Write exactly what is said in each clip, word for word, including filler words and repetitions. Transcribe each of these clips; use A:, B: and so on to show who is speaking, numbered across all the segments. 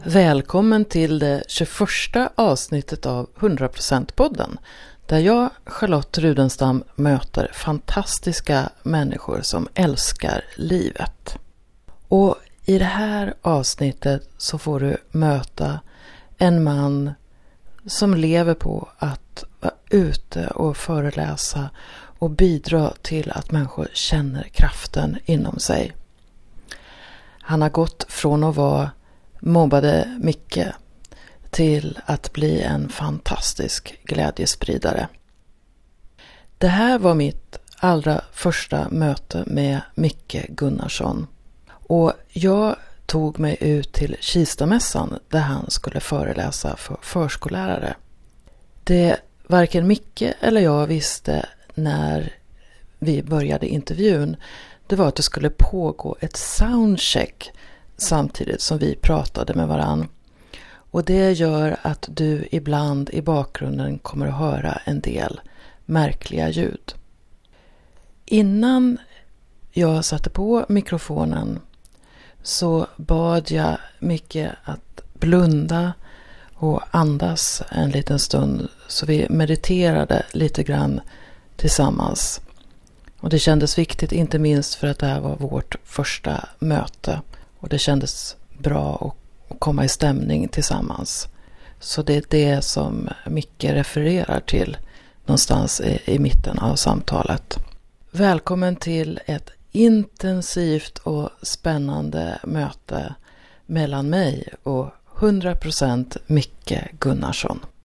A: Välkommen till det tjugoförsta avsnittet av hundra procent-podden där jag, Charlotte Rudenstam, möter fantastiska människor som älskar livet. Och i det här avsnittet så får du möta en man som lever på att vara ute och föreläsa och bidra till att människor känner kraften inom sig. Han har gått från att vara mobbade Micke till att bli en fantastisk glädjespridare. Det här var mitt allra första möte med Micke Gunnarsson och jag tog mig ut till Kistamässan där han skulle föreläsa för förskollärare. Det varken Micke eller jag visste när vi började intervjun, det var att det skulle pågå ett soundcheck samtidigt som vi pratade med varann. Och det gör att du ibland i bakgrunden kommer att höra en del märkliga ljud. Innan jag satte på mikrofonen så bad jag Micke att blunda och andas en liten stund så vi mediterade lite grann tillsammans. Och det kändes viktigt inte minst för att det här var vårt första möte. Och det kändes bra att komma i stämning tillsammans. Så det är det som Micke refererar till någonstans i, i mitten av samtalet. Välkommen till ett intensivt och spännande möte mellan mig och hundra procent Micke Gunnarsson.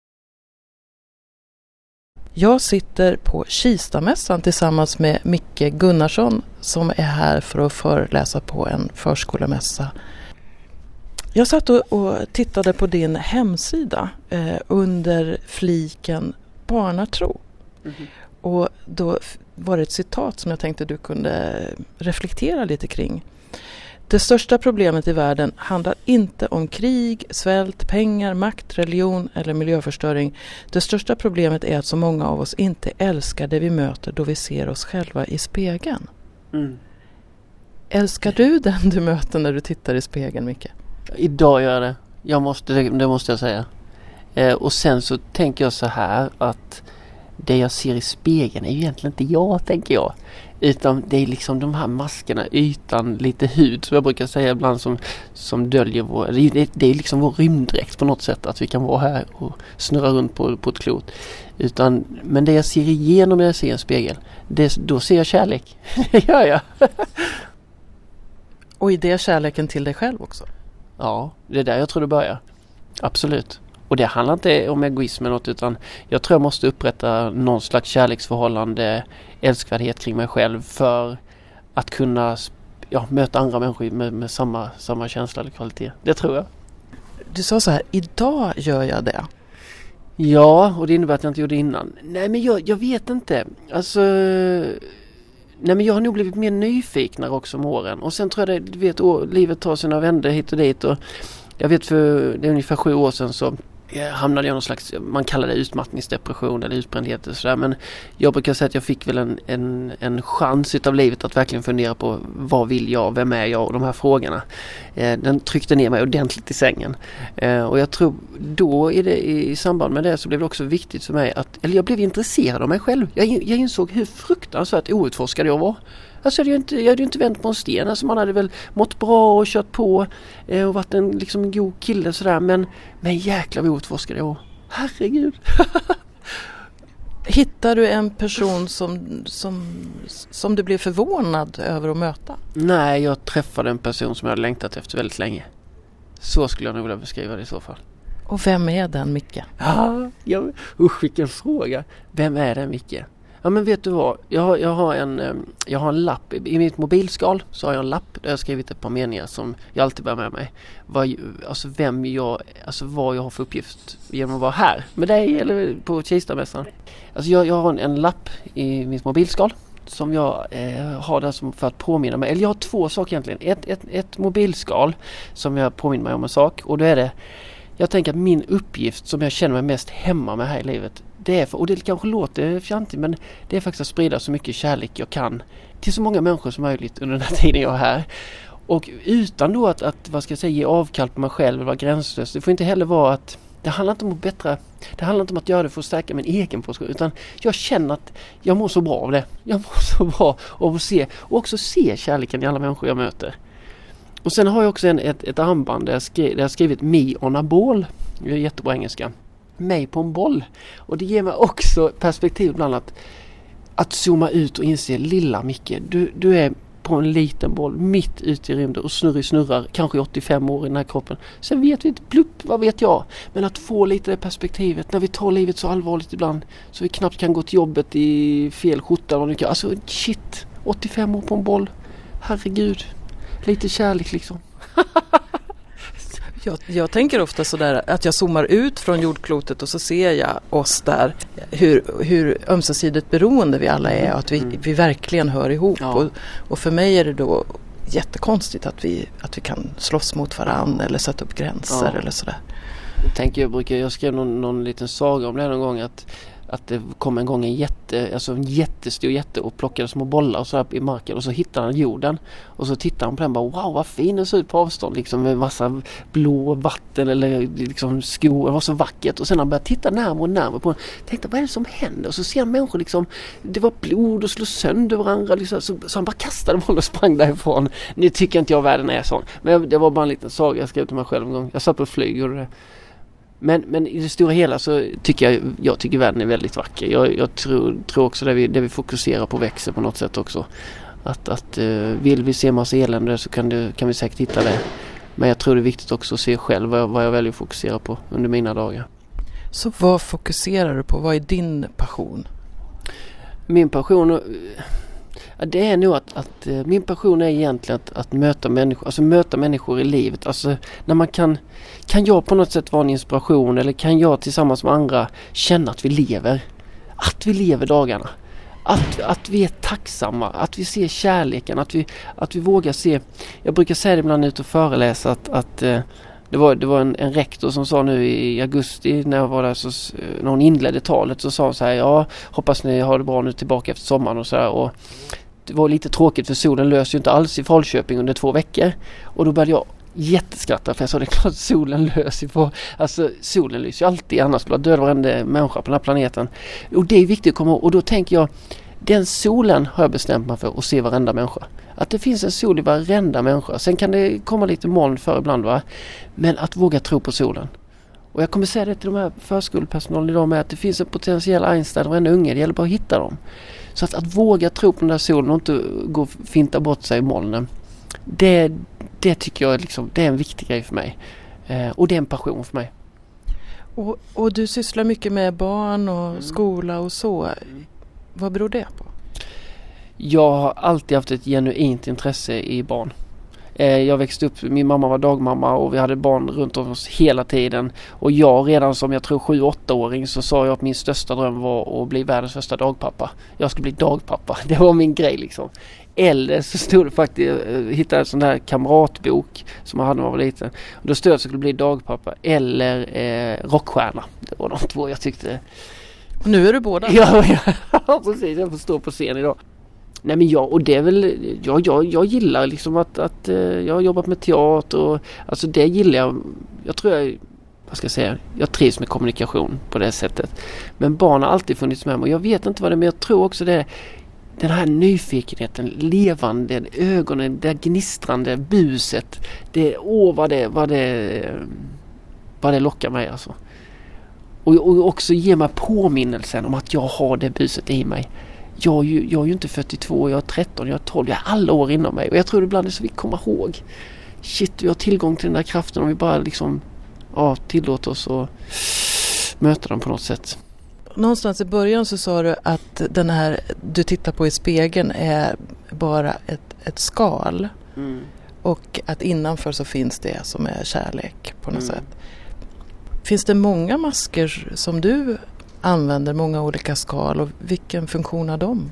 A: Jag sitter på Kistamässan tillsammans med Micke Gunnarsson som är här för att föreläsa på en förskolemässa. Jag satt och tittade på din hemsida eh, under fliken barnatro. Mm-hmm. Och då var det ett citat som jag tänkte du kunde reflektera lite kring. Det största problemet i världen handlar inte om krig, svält, pengar, makt, religion eller miljöförstöring. Det största problemet är att så många av oss inte älskar det vi möter då vi ser oss själva i spegeln. Mm. Älskar du den du möter när du tittar i spegeln, Micke?
B: Idag gör jag det. Jag måste, det måste jag säga. Eh, och sen så tänker jag så här att det jag ser i spegeln är ju egentligen inte jag, tänker jag. Utan det är liksom de här maskerna, ytan, lite hud som jag brukar säga ibland som, som döljer vår... Det är, det är liksom vår rymddräkt på något sätt att vi kan vara här och snurra runt på, på ett klot. Utan, men det jag ser igenom när jag ser en spegel, det, då ser jag kärlek. Ja, ja.
A: Och i det kärleken till dig själv också?
B: Ja, det är där jag tror det börjar. Absolut. Och det handlar inte om egoism eller något, utan jag tror jag måste upprätta någon slags kärleksförhållande, älskvärdhet kring mig själv för att kunna ja, möta andra människor med, med samma, samma känsla eller kvalitet. Det tror jag.
A: Du sa så här, idag gör jag det.
B: Ja, och det innebär att jag inte gjorde det innan. Nej, men jag, jag vet inte. Alltså... Nej, men jag har nog blivit mer nyfiknare också med åren. Och sen tror jag det, du vet, å, livet tar sina vändor hit och dit. Och jag vet för det är ungefär sju år sedan så hamnade jag någon slags, man kallar det utmattningsdepression eller utbrändhet och sådär. Men jag brukar säga att jag fick väl en, en, en chans utav livet att verkligen fundera på vad vill jag, vem är jag och de här frågorna. Eh, den tryckte ner mig ordentligt i sängen. Eh, och jag tror då i, det, i samband med det så blev det också viktigt för mig att, eller jag blev intresserad av mig själv. Jag, jag insåg hur fruktansvärt outforskad jag var. Alltså jag hade ju inte, jag hade inte vänt på en sten. Alltså man hade väl mått bra och kört på eh, och varit en, liksom en god kille sådär. Men, men jäklar vad outforskade jag. Herregud.
A: Hittar du en person som, som, som du blev förvånad över att möta?
B: Nej, jag träffade en person som jag hade längtat efter väldigt länge. Så skulle jag nog vilja beskriva det i så fall.
A: Och vem är den, Micke?
B: Ja, jag, usch vilken fråga. Vem är den, Micke? Ja, men vet du vad? Jag har, jag har, en, jag har en lapp. I mitt mobilskal så har jag en lapp där jag har skrivit ett par meningar som jag alltid bär med mig. Vad, alltså, vem jag, alltså vad jag har för uppgift genom att vara här med dig eller på Kistamässan. Alltså jag, jag har en, en lapp i mitt mobilskal som jag eh, har där som för att påminna mig. Eller jag har två saker egentligen. Ett, ett, ett mobilskal som jag påminner mig om en sak. Och då är det, jag tänker att min uppgift som jag känner mig mest hemma med här i livet, det är för, och det kanske låter fjantigt, men det är faktiskt att sprida så mycket kärlek jag kan till så många människor som möjligt under den här tiden jag är här. Och utan då att, att vad ska jag säga, ge avkall på mig själv eller vara gränslös. Det får inte heller vara att det handlar inte om att bättra, det handlar inte om att göra det för att stärka min egen position, utan jag känner att jag mår så bra av det. Jag mår så bra av att se, och också se kärleken i alla människor jag möter. Och sen har jag också en, ett, ett armband där jag, skri, där jag skrivit Me on a ball. Det är jättebra engelska. Mig på en boll. Och det ger mig också perspektiv bland annat att zooma ut och inse, lilla Micke, du, du är på en liten boll mitt ute i rymden och snurrar snurrar kanske åttiofem år i den här kroppen. Sen vet vi inte, plupp, vad vet jag. Men att få lite det perspektivet när vi tar livet så allvarligt ibland så vi knappt kan gå till jobbet i fel skjorta. Alltså shit, åttiofem år på en boll. Herregud, lite kärlek liksom.
A: Jag, jag tänker ofta sådär att jag zoomar ut från jordklotet och så ser jag oss där, hur, hur ömsesidigt beroende vi alla är och att vi, mm. vi verkligen hör ihop. Ja. Och, och för mig är det då jättekonstigt att vi, att vi kan slåss mot varann eller sätta upp gränser ja. eller sådär.
B: Jag tänker, jag brukar, jag skrev någon, någon liten saga om det någon gång att att det kom en gång en jätte, alltså en jättestor jätte och plockade små bollar och så här i marken och så hittade han jorden och så tittade han på den och bara wow vad fin den ser ut på avstånd liksom med massa blå vatten eller liksom skog, det var så vackert och sen han började titta närmare och närmare på den, tänkte vad är det som händer och så ser han människor liksom, det var blod och slog sönder varandra liksom, så, så han bara kastade bollen och sprang därifrån. Nu tycker inte jag världen är sån, men det var bara en liten saga jag skrev till mig själv en gång, jag satt på flyg och det. Men, men i det stora hela så tycker jag, jag tycker världen är väldigt vacker. Jag, jag tror, tror också det vi, det vi fokuserar på växer på något sätt också. Att, att uh, vill vi se massa elände så kan, det, kan vi säkert hitta det. Men jag tror det är viktigt också att se själv vad jag, vad jag väljer att fokusera på under mina dagar.
A: Så vad fokuserar du på? Vad är din passion?
B: Min passion... Ja, det är nog att, att uh, min passion är egentligen att, att möta människor, alltså möta människor i livet. Alltså när man kan, kan jag på något sätt vara en inspiration eller kan jag tillsammans med andra känna att vi lever, att vi lever dagarna. Att, att vi är tacksamma, att vi ser kärleken, att vi, att vi vågar se. Jag brukar säga det ibland ut och föreläsa att, att uh, det var, det var en, en rektor som sa nu i augusti när jag var där, så, när hon inledde talet så sa hon så här, ja hoppas ni har det bra nu tillbaka efter sommaren och så här, och det var lite tråkigt för solen löser ju inte alls i Falköping under två veckor. Och då började jag jätteskratta för jag sa det är klart solen löser på. Alltså solen lyser ju alltid, annars skulle jag döda varenda människa på den här planeten. Och det är viktigt att komma ihåg. Och då tänker jag, den solen har jag bestämt mig för att se varenda människa. Att det finns en sol i varenda människa. Sen kan det komma lite moln för ibland va. Men att våga tro på solen. Och jag kommer säga det till de här förskolepersonalen idag med att det finns en potentiell Einstein och varenda unge. Det gäller bara att hitta dem. Så att, att våga tro på den där solen och inte gå och finta bort sig i molnen. Det, det tycker jag är, liksom, det är en viktig grej för mig. Eh, och det är en passion för mig.
A: Och, och du sysslar mycket med barn och mm. skola och så. Mm. Vad beror det på?
B: Jag har alltid haft ett genuint intresse i barn. Jag växte upp, min mamma var dagmamma och vi hade barn runt om oss hela tiden. Och jag redan som jag tror sju-åtta-åring så sa jag att min största dröm var att bli världens första dagpappa. Jag skulle bli dagpappa, det var min grej liksom. Eller så stod det faktiskt, jag hittade en sån där kamratbok som jag hade när jag var liten. Och då stod det att jag skulle bli dagpappa eller eh, rockstjärna. Det var de två jag tyckte.
A: Och nu är du båda.
B: Ja, ja, precis, jag får stå på scen idag. Nej men jag, och det är väl, jag, jag, jag gillar liksom att, att jag har jobbat med teater och alltså det gillar jag, jag tror jag, vad ska jag säga, jag trivs med kommunikation på det sättet. Men barn har alltid funnits med mig och jag vet inte vad det är men jag tror också det är den här nyfikenheten, levande ögonen, det gnistrande buset, det, åh vad det, vad det, vad det lockar mig alltså. Och, och också ge mig påminnelsen om att jag har det buset i mig. Jag är, ju, jag är ju inte fyrtiotvå, jag är tretton, jag är tolv, jag har alla år inom mig. Och jag tror ibland är så vi kommer ihåg. Shit, vi har tillgång till den där kraften om vi bara liksom ja, tillåter oss att möta den på något sätt.
A: Någonstans i början så sa du att den här du tittar på i spegeln är bara ett, ett skal. Mm. Och att innanför så finns det som är kärlek på något mm. sätt. Finns det många masker som du använder, många olika skal och vilken funktion har de?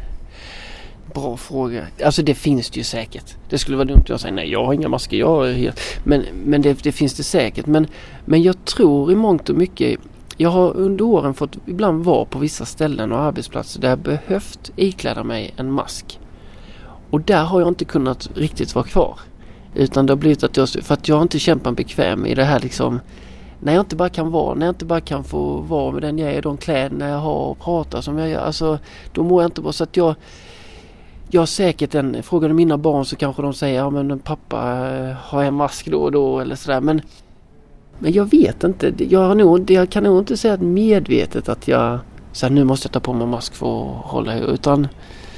B: Bra fråga. Alltså det finns det ju säkert. Det skulle vara dumt att säga nej, jag har inga masker. Jag är helt... Men, men det, det finns det säkert. Men, men jag tror i mångt och mycket, jag har under åren fått ibland vara på vissa ställen och arbetsplatser där jag behövt ikläda mig en mask. Och där har jag inte kunnat riktigt vara kvar. Utan det har blivit att jag, för att jag inte kämpar bekväm i det här liksom, när jag inte bara kan vara, när jag inte bara kan få vara med den jag är, de kläderna jag har och prata som jag gör, alltså då mår jag inte bra. Så att jag, jag har säkert en, frågar du mina barn så kanske de säger, ja men pappa har en mask då och då eller sådär, men men jag vet inte, jag, har nog, jag kan nog inte säga att medvetet att jag så här, nu måste jag ta på mig mask för att hålla, utan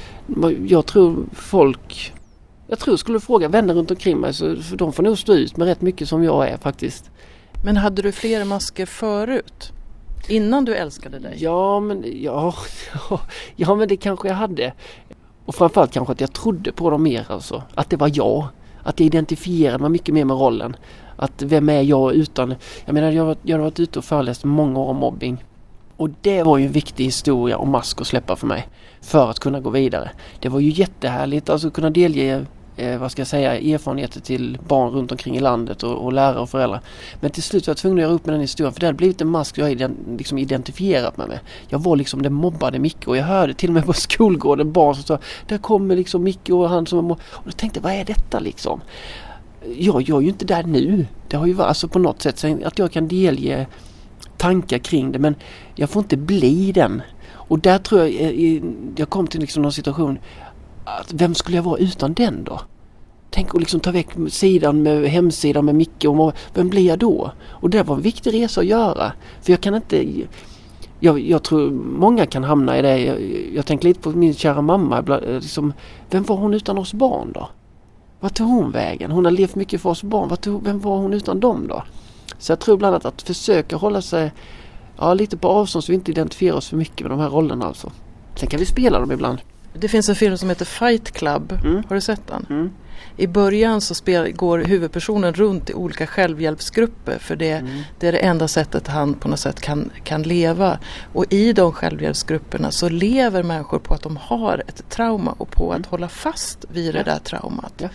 B: jag tror folk, jag tror skulle fråga vänner runt omkring mig, så för de får nog stå ut med rätt mycket som jag är faktiskt.
A: Men hade du fler masker förut? Innan du älskade dig?
B: Ja, men, ja, ja, ja, men det kanske jag hade. Och framförallt kanske att jag trodde på dem mer alltså. Att det var jag. Att jag identifierade mig mycket mer med rollen. Att vem är jag utan... Jag menar, jag har, jag har varit ute och föreläst många år om mobbing. Och det var ju en viktig historia om mask att släppa för mig. För att kunna gå vidare. Det var ju jättehärligt alltså att kunna delge... Eh, vad ska jag säga, erfarenheter till barn runt omkring i landet och, och lärare och föräldrar. Men till slut var jag tvungen att göra upp med den historien, för det hade blivit en mask jag hade liksom identifierat mig med. Jag var liksom den mobbade Micke, och jag hörde till och med på skolgården barn som sa, där kommer liksom Micke och han som... Och jag tänkte, vad är detta liksom? Jag, jag är ju inte där nu. Det har ju varit alltså på något sätt att jag kan delge tankar kring det, men jag får inte bli den. Och där tror jag jag kom till liksom någon situation, att vem skulle jag vara utan den då? Tänk att liksom ta väck sidan med hemsidan med Micke, och vem blir jag då? Och det var en viktig resa att göra. För jag kan inte... Jag, jag tror många kan hamna i det. Jag, jag tänker lite på min kära mamma. Liksom, vem var hon utan oss barn då? Vad tog hon vägen? Hon har levt mycket för oss barn. Vad tog, vem var hon utan dem då? Så jag tror bland annat att försöka hålla sig ja, lite på avstånd så vi inte identifierar oss för mycket med de här rollerna alltså. Sen kan vi spela dem ibland.
A: Det finns en film som heter Fight Club. Mm. Har du sett den? Mm. I början så spel, går huvudpersonen runt i olika självhjälpsgrupper, för det, mm. det är det enda sättet han på något sätt kan, kan leva. Och i de självhjälpsgrupperna så lever människor på att de har ett trauma och på mm. att hålla fast vid ja. det där traumat. Ja.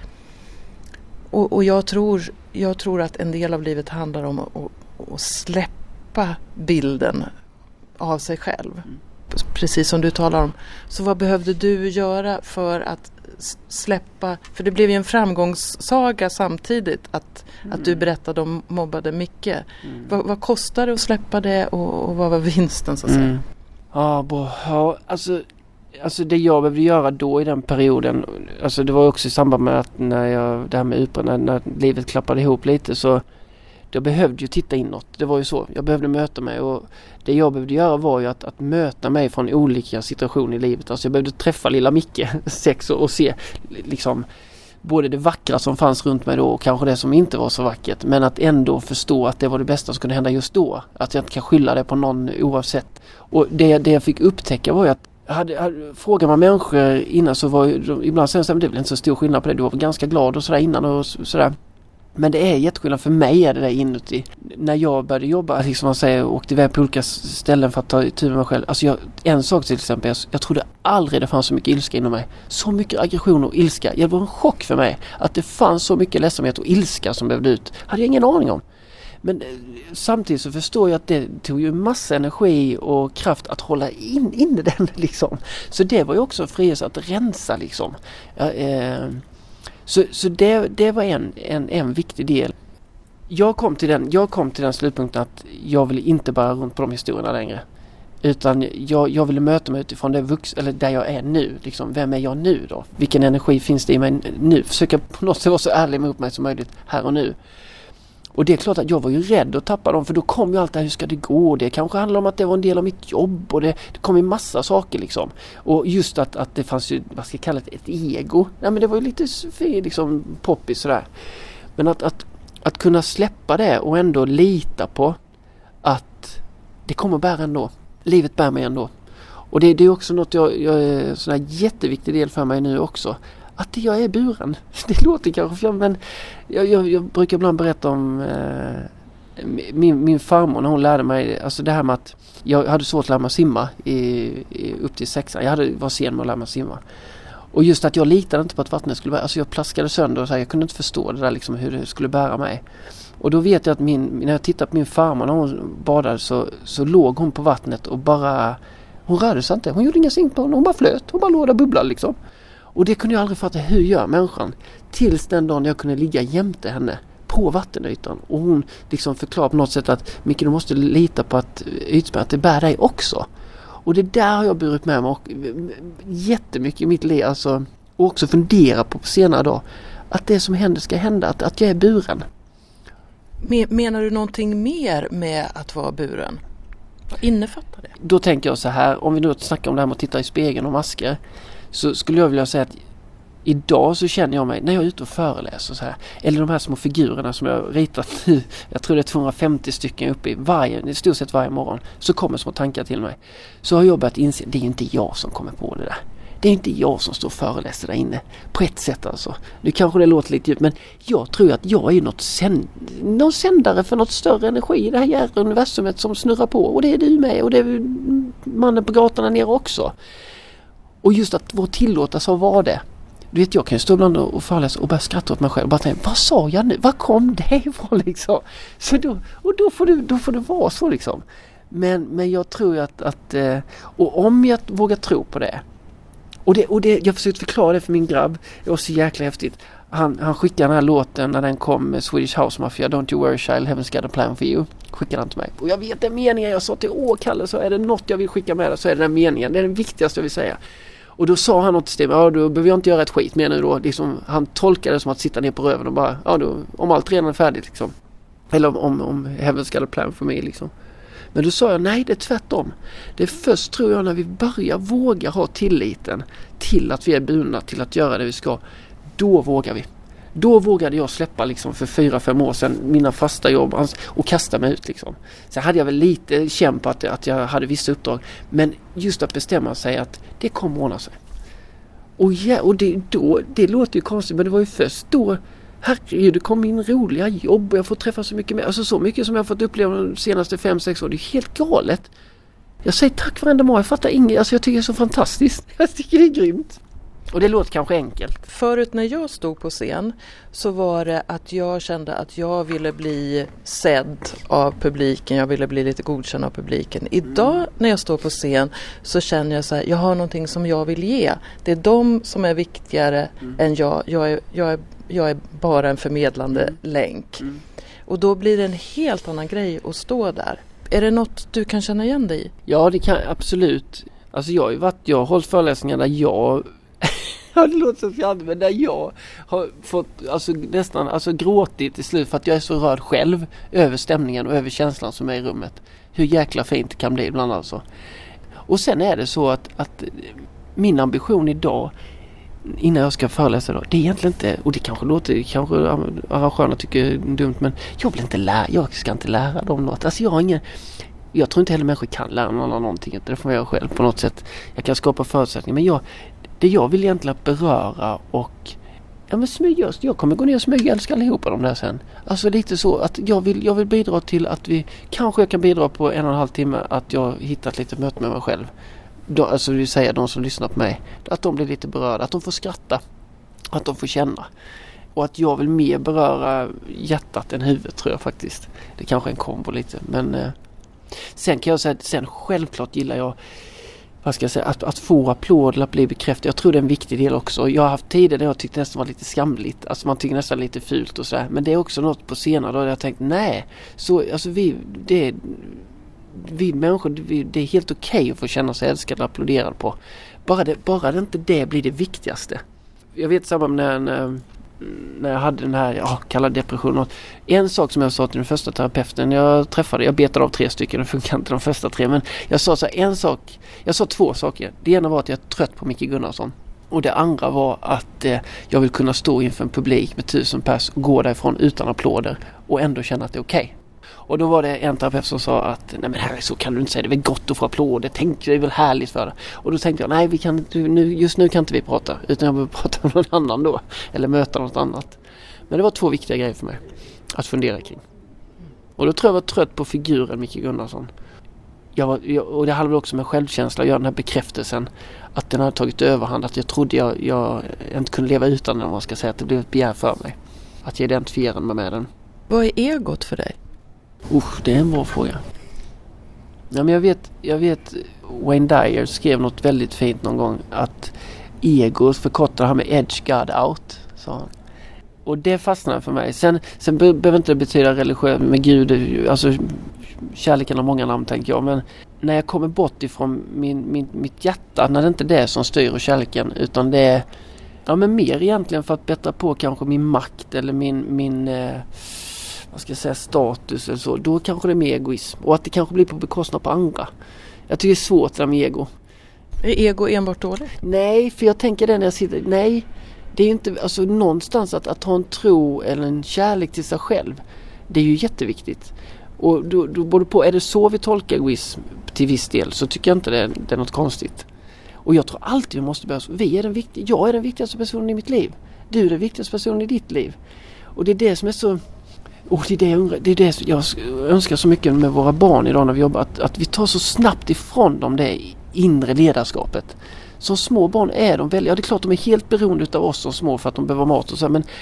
A: Och, och jag, tror, jag tror att en del av livet handlar om att, att, att släppa bilden av sig själv. Mm. Precis som du talar om. Så vad behövde du göra för att släppa, för det blev ju en framgångssaga samtidigt att, mm. att du berättade om mobbade Micke. Mm. Vad, vad kostade det att släppa det, och, och vad var vinsten så att säga?
B: Mm. Ja, bo, ja alltså, alltså det jag behövde göra då i den perioden, alltså det var också i samband med att när jag, det här med Upra, när, när livet klappade ihop lite, så jag behövde ju titta inåt. Det var ju så. Jag behövde möta mig, och det jag behövde göra var ju att, att möta mig från olika situationer i livet. Alltså jag behövde träffa lilla Micke, sex, och, och se liksom både det vackra som fanns runt mig då och kanske det som inte var så vackert. Men att ändå förstå att det var det bästa som kunde hända just då. Att jag inte kan skylla det på någon oavsett. Och det, det jag fick upptäcka var ju att hade, hade, frågar man människor innan så var ju, ibland säger de, det är väl inte så stor skillnad på det. Du var ganska glad och sådär innan och sådär. Men det är jätteskillnad för mig, är det där inuti. När jag började jobba, liksom man säger, åkte iväg på olika ställen för att ta tur med mig själv. Alltså jag, en sak till exempel, jag, jag trodde aldrig det fanns så mycket ilska inom mig. Så mycket aggression och ilska. Det var en chock för mig att det fanns så mycket ledsamhet och ilska som behövde ut. Hade jag ingen aning om. Men samtidigt så förstår jag att det tog ju massa energi och kraft att hålla in, in den liksom. Så det var ju också en frihet att rensa liksom. Ja, eh, Så, så det, det var en, en, en viktig del. Jag kom, till den, jag kom till den slutpunkten att jag ville inte bara runt på de historierna längre. Utan jag, jag ville möta mig utifrån det vux, eller där jag är nu. Liksom, vem är jag nu då? Vilken energi finns det i mig nu? Försöka på något sätt vara så ärlig mot mig som möjligt här och nu. Och det är klart att jag var ju rädd att tappa dem, för då kom ju allt det här, hur ska det gå? Det kanske handlar om att det var en del av mitt jobb, och det, det kom ju massa saker liksom. Och just att, att det fanns ju, vad ska jag kalla det, ett ego. Ja, men det var ju lite liksom poppis sådär. Men att, att, att kunna släppa det och ändå lita på att det kommer bära ändå. Livet bär mig ändå. Och det, det är också något jag, jag är en sån här jätteviktig del för mig nu också. Att jag är buren. Det låter kanske fjärr, men jag, jag, jag brukar ibland berätta om eh, min, min farmor när hon lärde mig, alltså det här med att jag hade svårt att lära mig simma i, i, upp till sexan. Jag hade, var sen med att lära mig simma. Och just att jag litade inte på att vattnet skulle bära, alltså jag plaskade sönder och så här, jag kunde inte förstå det där liksom, hur det skulle bära mig. Och då vet jag att min, när jag tittade på min farmor när hon badade, så, så låg hon på vattnet och bara, hon rörde sig inte, hon gjorde ingenting på hon, hon bara flöt, hon bara låg där och bubblade liksom. Och det kunde jag aldrig fatta, hur gör människan? Tills den dagen jag kunde ligga jämte henne på vattenytan. Och hon liksom förklarar på något sätt att Micke, du måste lita på att ytspännet det bär dig också. Och det där har jag burit med mig och jättemycket i mitt liv. Alltså, och också fundera på på senare dag. Att det som händer ska hända. Att, att jag är buren.
A: Menar du någonting mer med att vara buren? Vad innefattar det?
B: Då tänker jag så här. Om vi nu snackar om det här med att titta i spegeln och masker. Så skulle jag vilja säga att idag så känner jag mig, när jag är ute och föreläser så här, eller de här små figurerna som jag ritat, jag tror det är tvåhundrafemtio stycken uppe i varje, i stort sett varje morgon, så kommer små tankar till mig. Så har jag börjat inse, det är inte jag som kommer på det där. Det är inte jag som står och föreläser där inne. På ett sätt alltså. Nu kanske det låter lite djupt, men jag tror att jag är något sänd- någon sändare för något större energi i det här jävla universumet som snurrar på. Och det är du med, och det är mannen på gatan där nere också. Och just att vår tillåtas att vara det. Du vet, jag kan ju stå ibland och föreläsa och börja skratta åt mig själv och bara tänka, vad sa jag nu? Vad kom det ifrån liksom? Så då, och då får, du, då får det vara så liksom. Men, men jag tror att, att och om jag vågar tro på det, och det, och det jag försökte förklara det för min grabb, det var så jäkla häftigt. Han, han skickade den här låten när den kom med Swedish House Mafia, Don't You Worry Child, Heaven's Got a Plan For You. Skickade han till mig. Och jag vet den meningen jag sa till, åh Kalle, så är det något jag vill skicka med dig, så är det den meningen. Det är den viktigaste jag vill säga. Och då sa han något till mig, ja då behöver jag inte göra ett skit mer nu då. Liksom, han tolkade det som att sitta ner på röven och bara, ja då, om allt redan är färdigt liksom. Eller om, om, om Heaven's Got a Plan For Me liksom. Men då sa jag, nej det är tvärtom. Det är först tror jag när vi börjar våga ha tilliten till att vi är bundna till att göra det vi ska. Då vågar vi. Då vågade jag släppa liksom för fyra, fem år sedan mina fasta jobb och kasta mig ut liksom. Så hade jag väl lite känt på att, att jag hade vissa uppdrag. Men just att bestämma sig att det kommer ordna sig. Och, ja, och det, då, det låter ju konstigt, men det var ju först då, herregud, det kom in roliga jobb och jag får träffa så mycket mer. Alltså så mycket som jag har fått uppleva de senaste fem, sex år. Det är helt galet. Jag säger tack varenda dag. Jag fattar inget. Alltså jag tycker det är så fantastiskt. Jag tycker det är grymt. Och det låter kanske enkelt.
A: Förut när jag stod på scen så var det att jag kände att jag ville bli sedd av publiken. Jag ville bli lite godkänd av publiken. Idag mm. när jag står på scen så känner jag så här, jag har någonting som jag vill ge. Det är de som är viktigare mm. än jag. Jag är, jag, är, jag är bara en förmedlande mm. länk. Mm. Och då blir det en helt annan grej att stå där. Är det något du kan känna igen dig i?
B: Ja, det kan absolut. Alltså jag har ju varit, jag har hållit föreläsningar där jag ja, det låter så fjärde, men där jag har fått alltså, nästan alltså, gråtit till slut för att jag är så rörd själv över stämningen och över känslan som är i rummet. Hur jäkla fint det kan bli ibland alltså. Och sen är det så att, att min ambition idag innan jag ska föreläsa då, det är egentligen inte, och det kanske låter, kanske arrangörerna tycker är dumt, men jag vill inte lära, jag ska inte lära dem något. Alltså jag har ingen, jag tror inte heller människor kan lära någon någonting, det får jag göra själv på något sätt. Jag kan skapa förutsättningar, men jag, det jag vill egentligen beröra och ja men smyga, jag kommer gå ner och smyga, älskar allihopa de där sen. Alltså lite så att jag vill, jag vill bidra till att vi, kanske jag kan bidra på en och en halv timme att jag hittat lite möte med mig själv. Då, alltså det vill säga de som lyssnar på mig, att de blir lite berörda, att de får skratta, att de får känna. Och att jag vill mer beröra hjärtat än huvudet tror jag faktiskt. Det kanske är en kombo lite, men eh, sen kan jag säga att sen självklart gillar jag vad ska jag säga, att, att få applåder, att bli bekräftad. Jag tror det är en viktig del också. Jag har haft tider där jag tyckte nästan var lite skamligt. Alltså man tycker nästan lite fult och sådär. Men det är också något på senare då där jag tänkt, nej. Så, alltså vi, det, vi människor, vi, det är helt okej okay att få känna sig älskad och applåderad på. Bara det, bara det inte det blir det viktigaste. Jag vet samma när, när, när jag hade den här, ja, kallad depression. En sak som jag sa till den första terapeuten jag träffade, jag betade av tre stycken, det funkar inte de första tre, men jag sa så här, en sak, jag sa två saker. Det ena var att jag är trött på Micke Gunnarsson. Och det andra var att eh, jag vill kunna stå inför en publik med tusen pers och gå därifrån utan applåder och ändå känna att det är okej. Okay. Och då var det en terapeut som sa att nej men här så kan du inte säga, det är väl gott att få applåder, tänk det är väl härligt för det. Och då tänkte jag, nej vi kan, nu, just nu kan inte vi prata, utan jag behöver prata med någon annan då, eller möta något annat. Men det var två viktiga grejer för mig att fundera kring. Och då tror jag var trött på figuren Micke Gunnarsson. Jag var, jag, och det handlade också med självkänsla, att göra den här bekräftelsen att den hade tagit överhand, att jag trodde jag, jag inte kunde leva utan den, om man ska säga, att det blev ett begär för mig. Att jag identifierade mig med den.
A: Vad är egot för dig?
B: Usch, det är en bra fråga. Ja, men jag vet, jag vet Wayne Dyer skrev något väldigt fint någon gång, att ego, förkortar det här med edge God out, sa han. Och det fastnade för mig. Sen, sen be- behöver inte det betyda religiös med Gud, alltså kärleken har många namn tänker jag, men när jag kommer bort ifrån min, min, mitt hjärta, när det inte är det som styr kärleken, utan det är ja, men mer egentligen för att bättra på kanske min makt eller min, min eh, vad ska jag säga, status eller så, då kanske det är mer egoism. Och att det kanske blir på bekostnad på andra. Jag tycker det är svårt det där med ego.
A: Är ego enbart dåligt?
B: Nej, för jag tänker det när jag sitter, nej, det är ju inte, alltså någonstans att, att ha en tro eller en kärlek till sig själv, det är ju jätteviktigt. Och då, då både på, är det så vi tolkar egoism till viss del, så tycker jag inte det, det är något konstigt. Och jag tror alltid vi måste börja, vi är den viktiga, jag är den viktigaste personen i mitt liv. Du är den viktigaste personen i ditt liv. Och det är det som är så, och det är det jag, undrar, det är det jag önskar så mycket med våra barn idag när vi jobbar, att, att vi tar så snabbt ifrån dem det inre ledarskapet. Som små barn är de väldigt, ja det är klart de är helt beroende av oss som små för att de behöver mat och så, men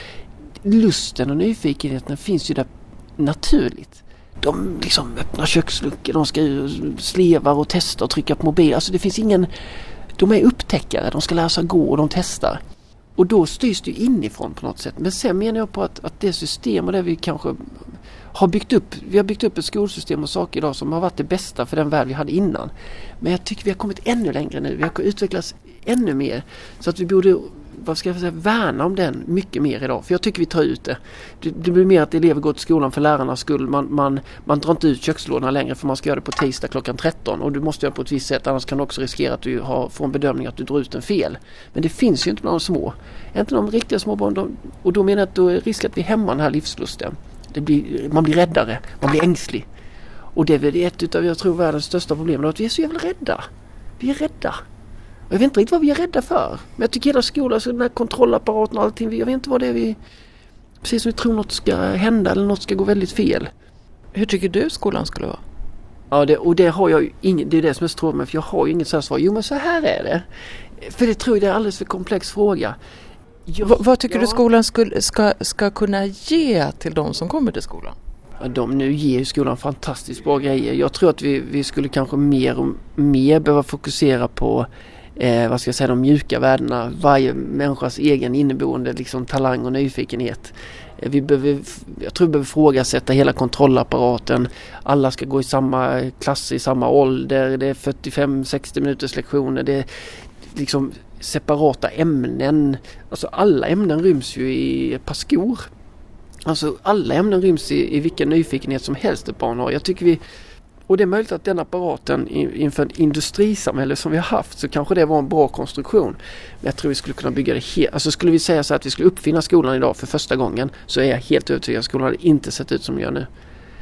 B: lusten och nyfikenheten finns ju där naturligt. De liksom öppnar köksluckor, de ska sleva och testa och trycka på mobil. Alltså det finns ingen, de är upptäckare, de ska lära sig gå och de testar. Och då styrs det ju inifrån på något sätt. Men sen menar jag på att, att det system och det vi kanske har byggt upp, vi har byggt upp ett skolsystem och saker idag som har varit det bästa för den värld vi hade innan. Men jag tycker vi har kommit ännu längre nu, vi har utvecklats ännu mer. Så att vi borde, vad ska jag säga, värna om den mycket mer idag. För jag tycker vi tar ut det. Det, det blir mer att elever går till skolan för lärarnas skull. Man, man, man drar inte ut kökslådorna längre för man ska göra det på tisdag klockan tretton. Och du måste göra det på ett visst sätt, annars kan du också riskera att du har, får en bedömning att du drar ut den fel. Men det finns ju inte bland de små. Inte de riktiga små barn. De, och då menar jag att då är risk att vi hämmar den här livslusten. Det blir, man blir räddare, man blir ängslig. Och det är väl ett av, jag tror, världens största problem, att vi är så jävla rädda. Vi är rädda. Och jag vet inte riktigt vad vi är rädda för. Men jag tycker hela skolan, så den här kontrollapparaten och allting, jag vet inte vad det är vi, precis som vi tror något ska hända eller något ska gå väldigt fel.
A: Hur tycker du skolan skulle vara?
B: Ja, det, och det har jag ju ingen, det är det som är så tråkigt med, för jag har ju inget så här svar. Jo, men så här är det. För det tror jag det är en alldeles för komplex fråga.
A: Jag, v- vad tycker ja. du skolan skulle, ska, ska kunna ge till de som kommer till skolan?
B: Ja, de nu ger ju skolan fantastiskt bra grejer. Jag tror att vi, vi skulle kanske mer och mer behöva fokusera på eh, vad ska jag säga, de mjuka värdena. Varje människas egen inneboende liksom, talang och nyfikenhet. Eh, vi behöver, jag tror vi behöver frågasätta hela kontrollapparaten. Alla ska gå i samma klass i samma ålder. Det är fyrtiofem sextio minuters lektioner. Det är liksom separata ämnen. Alltså alla ämnen ryms ju i ett par skor. Alltså alla ämnen ryms i, i vilken nyfikenhet som helst ett barn har. Jag tycker vi, och det är möjligt att den apparaten inför ett industrisamhälle som vi har haft, så kanske det var en bra konstruktion. Men jag tror vi skulle kunna bygga det helt. Alltså skulle vi säga så att vi skulle uppfinna skolan idag för första gången, så är jag helt övertygad att skolan hade inte sett ut som den gör nu.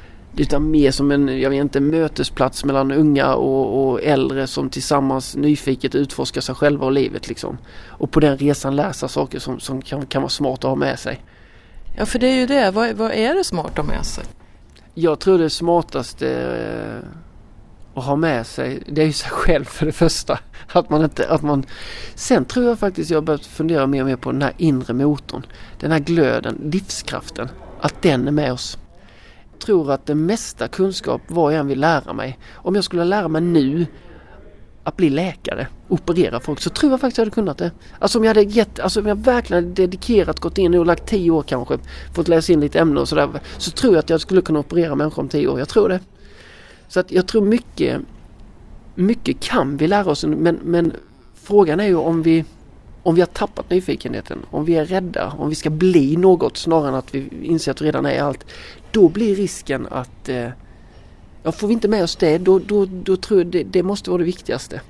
B: Utan mer som en, jag vet inte, mötesplats mellan unga och, och äldre som tillsammans nyfiket utforskar sig själva och livet liksom. Och på den resan läsa saker som, som kan, kan vara smart att ha med sig.
A: Ja, för det är ju det. Vad, vad är det smart att ha med sig?
B: Jag tror det smartaste eh, att ha med sig, det är ju sig själv för det första. Att man inte, att man, sen tror jag faktiskt jag har börjat fundera mer och mer på den här inre motorn. Den här glöden, livskraften. Att den är med oss. Jag tror att det mesta kunskap, vad jag än vill lära mig. Om jag skulle lära mig nu att bli läkare, operera folk, så tror jag faktiskt jag hade kunnat det. Alltså om jag hade gett, alltså om jag verkligen hade dedikerat, gått in och lagt tio år kanske, fått läsa in lite ämnen och sådär, så tror jag att jag skulle kunna operera människor om tio år. Jag tror det. Så att jag tror mycket, mycket kan vi lära oss, men, men frågan är ju om vi, om vi har tappat nyfikenheten, om vi är rädda, om vi ska bli något snarare än att vi inser att vi redan är allt, då blir risken att eh, ja, får vi inte med oss det, då, då, då tror jag det, det måste vara det viktigaste.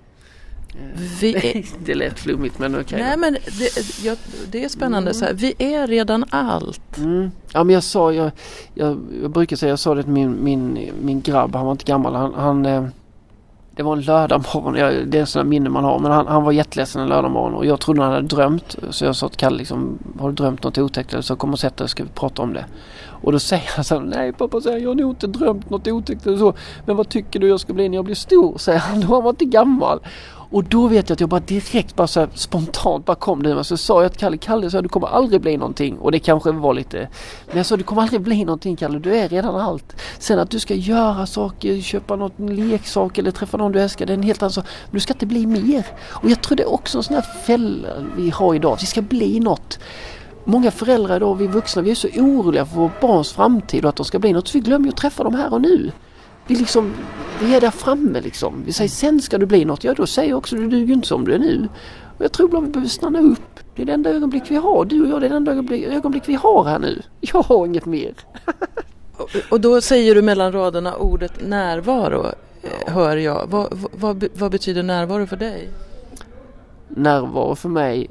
B: Vi är... Det lät flummigt, men okej.
A: Okay. Nej, men det, jag, det är spännande. Mm. Så här, vi är redan allt.
B: Mm. Ja, men jag sa, jag, jag, jag brukar säga, jag sa det till min, min, min grabb, han var inte gammal. Han, han, det var en lördagmorgon, jag, det är en sån minne man har, men han, han var jätteledsen en lördagmorgon och jag trodde han hade drömt. Så jag sa till Kalle, liksom, har du drömt något otäckt? Så kom och sätta dig, ska vi prata om det. Och då säger han så här, nej pappa, säger, jag har nog inte drömt något otäckt eller så. Men vad tycker du jag ska bli när jag blir stor? Säger han, då var man inte gammal. Och då vet jag att jag bara direkt, bara så här, spontant bara kom det. Men så sa jag till Kalle, Kalle, så här, du kommer aldrig bli någonting. Och det kanske var lite, men jag sa, du kommer aldrig bli någonting, Kalle, du är redan allt. Sen att du ska göra saker, köpa något leksak eller träffa någon du älskar, det är en helt annan sak. Men du ska inte bli mer. Och jag tror det är också en sån här fälla vi har idag, vi ska bli något. Många föräldrar idag, vi vuxna, vi är så oroliga för vår barns framtid och att de ska bli något, så vi glömmer ju att träffa dem här och nu. Vi, liksom, vi är där framme liksom. Vi säger, sen ska du bli något. Ja, då säger jag också, du duger inte som du är nu. Och jag tror bara vi behöver stanna upp. Det är det enda ögonblick vi har. Du och jag, det är det enda ögonblick, ögonblick vi har här nu. Jag har inget mer.
A: Och då säger du mellan raderna ordet närvaro, hör jag. Vad, vad, vad betyder närvaro för dig?
B: Närvaro för mig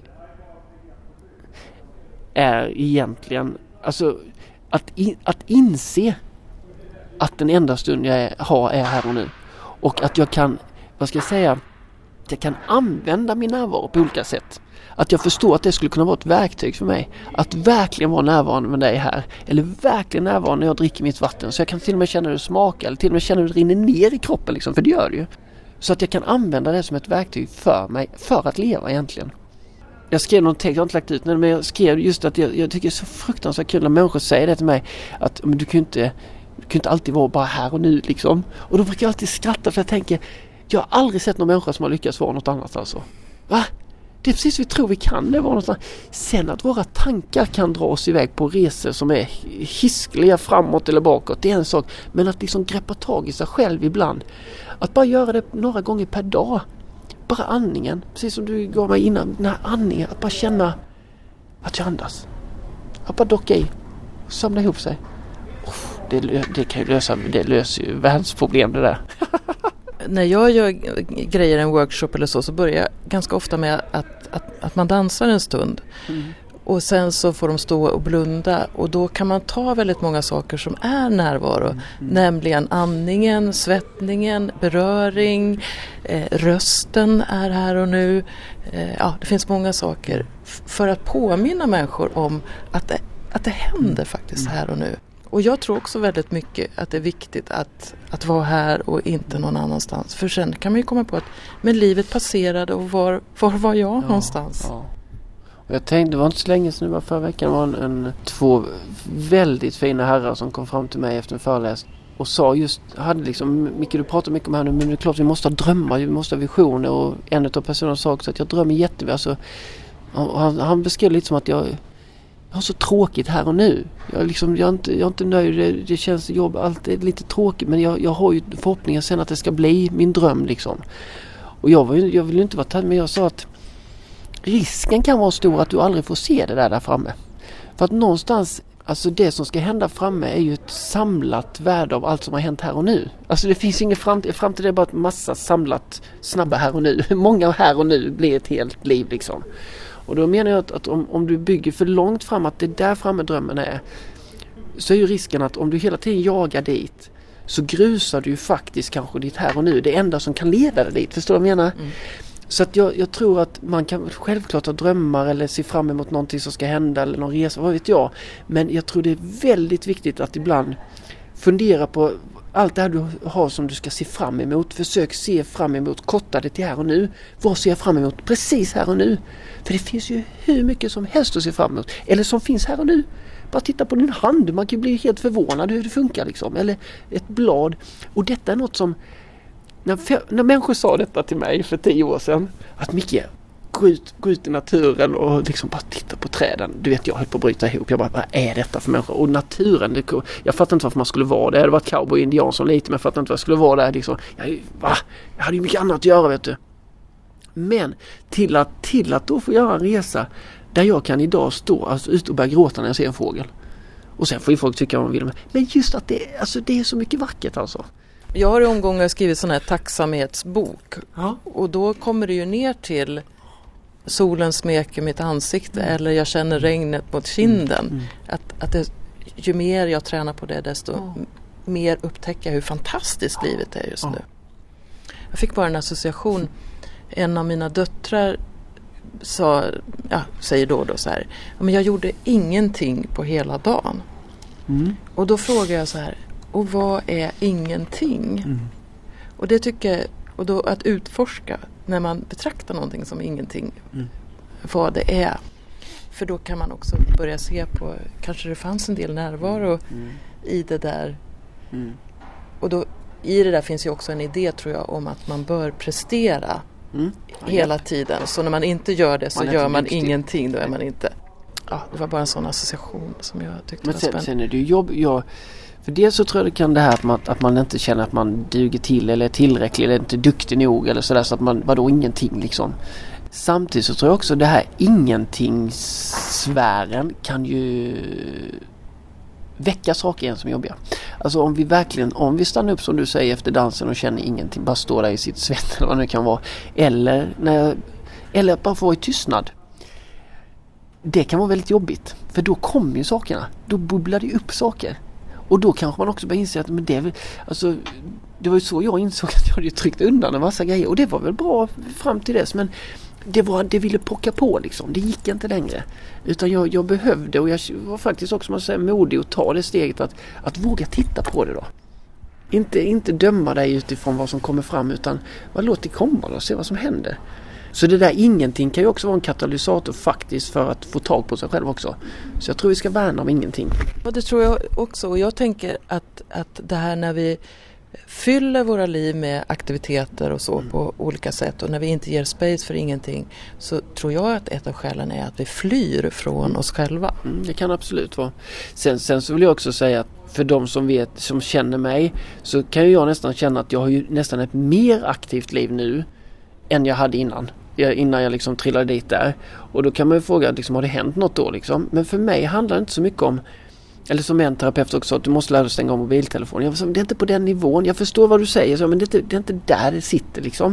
B: är egentligen, alltså att, in, att inse att den enda stund jag är, har är här och nu. Och att jag kan, vad ska jag säga, att jag kan använda min närvaro på olika sätt. Att jag förstår att det skulle kunna vara ett verktyg för mig. Att verkligen vara närvarande med dig här. Eller verkligen närvarande när jag dricker mitt vatten. Så jag kan till och med känna hur det smakar. Eller till och med känna hur det rinner ner i kroppen. Liksom, för det gör det ju. Så att jag kan använda det som ett verktyg för mig. För att leva egentligen. Jag skrev någon text, jag har inte lagt ut den. Men jag skrev just att jag, jag tycker det är så fruktansvärt kul när människor säger det till mig. Att men du kan ju inte... Du kan inte alltid vara bara här och nu liksom. Och då brukar jag alltid skratta för jag tänker, jag har aldrig sett någon människa som har lyckats vara något annat alltså. Va? Det är precis vi tror vi kan det vara något annat. Sen att våra tankar kan dra oss iväg på resor som är hiskliga framåt eller bakåt, det är en sak. Men att liksom greppa tag i sig själv ibland. Att bara göra det några gånger per dag. Bara andningen. Precis som du gav mig innan. Den här andningen. Att bara känna att jag andas. Att bara docka i. Samla ihop sig. Det, det kan ju lösa, det löser ju världsproblem det där.
A: När jag gör grejer i en workshop eller så, så börjar jag ganska ofta med att, att, att man dansar en stund. Mm. Och sen så får de stå och blunda. Och då kan man ta väldigt många saker som är närvaro. Mm. Nämligen andningen, svettningen, beröring, eh, rösten är här och nu. Eh, ja, det finns många saker. F- för att påminna människor om att det, att det händer faktiskt mm. här och nu. Och jag tror också väldigt mycket att det är viktigt att, att vara här och inte någon annanstans. För sen kan man ju komma på att men livet passerade och var, var var jag ja, någonstans? Ja.
B: Och jag tänkte, det var inte så länge sedan, det var förra veckan, var en, en två väldigt fina herrar som kom fram till mig efter en föreläsning och sa just, hade liksom, Micke du pratar mycket om här nu, men det är klart vi måste ha drömmar, vi måste ha visioner, och en av personerna sa också att jag drömmer jättemycket. Alltså, han, han beskrev lite som att jag Jag har så tråkigt här och nu. Jag, liksom, jag, är, inte, jag är inte nöjd. Det, det känns jobb. Allt är lite tråkigt. Men jag, jag har ju förhoppningen sen att det ska bli min dröm. Liksom. Och jag, var ju, jag vill ju inte vara tadd. Men jag sa att risken kan vara stor att du aldrig får se det där där framme. För att någonstans, alltså det som ska hända framme är ju ett samlat värde av allt som har hänt här och nu. Alltså det finns ingen framtid. Framtid är bara ett massa samlat snabba här och nu. Många här och nu blir ett helt liv liksom. Och då menar jag att, att om, om du bygger för långt fram att det där framme drömmen är, så är ju risken att om du hela tiden jagar dit så grusar du ju faktiskt kanske ditt här och nu. Det enda som kan leda dig dit. Förstår du vad jag menar? Mm. Så att jag, jag tror att man kan självklart ha drömmar eller se fram emot någonting som ska hända eller någon resa, vad vet jag. Men jag tror det är väldigt viktigt att ibland fundera på allt det här du har som du ska se fram emot. Försök se fram emot, korta det till här och nu. Vad ser jag fram emot precis här och nu? För det finns ju hur mycket som helst att se fram emot. Eller som finns här och nu. Bara titta på din hand. Man kan ju bli helt förvånad hur det funkar liksom. Eller ett blad. Och detta är något som... När, när människor sa detta till mig för tio år sedan. Att Micke, gå ut, gå ut i naturen och liksom bara titta på träden. Du vet, jag höll på att bryta ihop. Jag bara, vad är detta för människor? Och naturen, det, jag fattar inte varför man skulle vara där. Jag hade varit cowboy indian som lite, men jag fattar inte varför jag skulle vara där. Liksom. Jag, va? Jag hade ju mycket annat att göra, vet du. Men till att, till att då få göra en resa där jag kan idag stå alltså, ut och börja gråta när jag ser en fågel. Och sen får ju folk tycka vad de vill. Men just att det, alltså, det är så mycket vackert alltså.
A: Jag har i omgångar skrivit sån här tacksamhetsbok. Ja. Och då kommer det ju ner till solen smeker mitt ansikte mm. eller jag känner regnet mot kinden. Mm. Mm. Att, att det, ju mer jag tränar på det, desto ja. mer upptäcker jag hur fantastiskt livet är just ja. nu. Jag fick bara en association. En av mina döttrar sa, ja, säger då och då så här, men jag gjorde ingenting på hela dagen.
B: Mm.
A: Och då frågar jag så här, och vad är ingenting?
B: Mm.
A: Och det tycker jag, och då att utforska när man betraktar någonting som ingenting,
B: Mm.
A: vad det är. För då kan man också börja se på, kanske det fanns en del närvaro
B: Mm.
A: i det där.
B: Mm.
A: Och då, i det där finns ju också en idé, tror jag, om att man bör prestera
B: Mm.
A: hela tiden. Så när man inte gör det så
B: Man är
A: gör
B: inte
A: man
B: duktig.
A: ingenting, då är man inte. Ja, det var bara en sån association som jag tyckte
B: Men
A: var
B: sen,
A: spännande.
B: sen är det ju jobb. Jag, för det så tror jag det kan det här att man, att man inte känner att man duger till eller är tillräcklig eller inte duktig nog eller sådär, så att man, vadå ingenting liksom. Samtidigt så tror jag också det här ingenting-sfären kan ju väcka saker igen som är jobbiga. Alltså om vi verkligen, om vi stannar upp som du säger efter dansen och känner ingenting, bara står där i sitt svett eller vad det kan vara, eller, när jag, eller bara få i tystnad. Det kan vara väldigt jobbigt, för då kommer ju sakerna, då bubblar det upp saker. Och då kanske man också börjar inse att men det är väl, alltså, det var ju så jag insåg att jag hade tryckt undan en massa grejer, och det var väl bra fram till dess, men det, var, det ville pocka på liksom, det gick inte längre. Utan jag, jag behövde, och jag var faktiskt också, man säger, modig att ta det steget att, att våga titta på det då. Inte, inte döma dig utifrån vad som kommer fram, utan bara låt det komma och se vad som händer. Så det där ingenting kan ju också vara en katalysator faktiskt för att få tag på sig själv också. Så jag tror vi ska värna om ingenting.
A: Ja, det tror jag också. Och jag tänker att, att det här när vi fyller våra liv med aktiviteter och så mm. på olika sätt, och när vi inte ger space för ingenting, så tror jag att ett av skälen är att vi flyr från mm. oss själva.
B: Mm, det kan absolut vara. Sen, sen så vill jag också säga att för de som vet, som känner mig, så kan ju jag nästan känna att jag har ju nästan ett mer aktivt liv nu än jag hade innan. Jag, innan jag liksom trillade dit där. Och då kan man ju fråga, liksom, har det hänt något då liksom? Men för mig handlar det inte så mycket om, eller som en terapeut också, att du måste lära dig stänga av mobiltelefonen. Jag, det är inte på den nivån. Jag förstår vad du säger, så, men det är, inte, det är inte där det sitter liksom.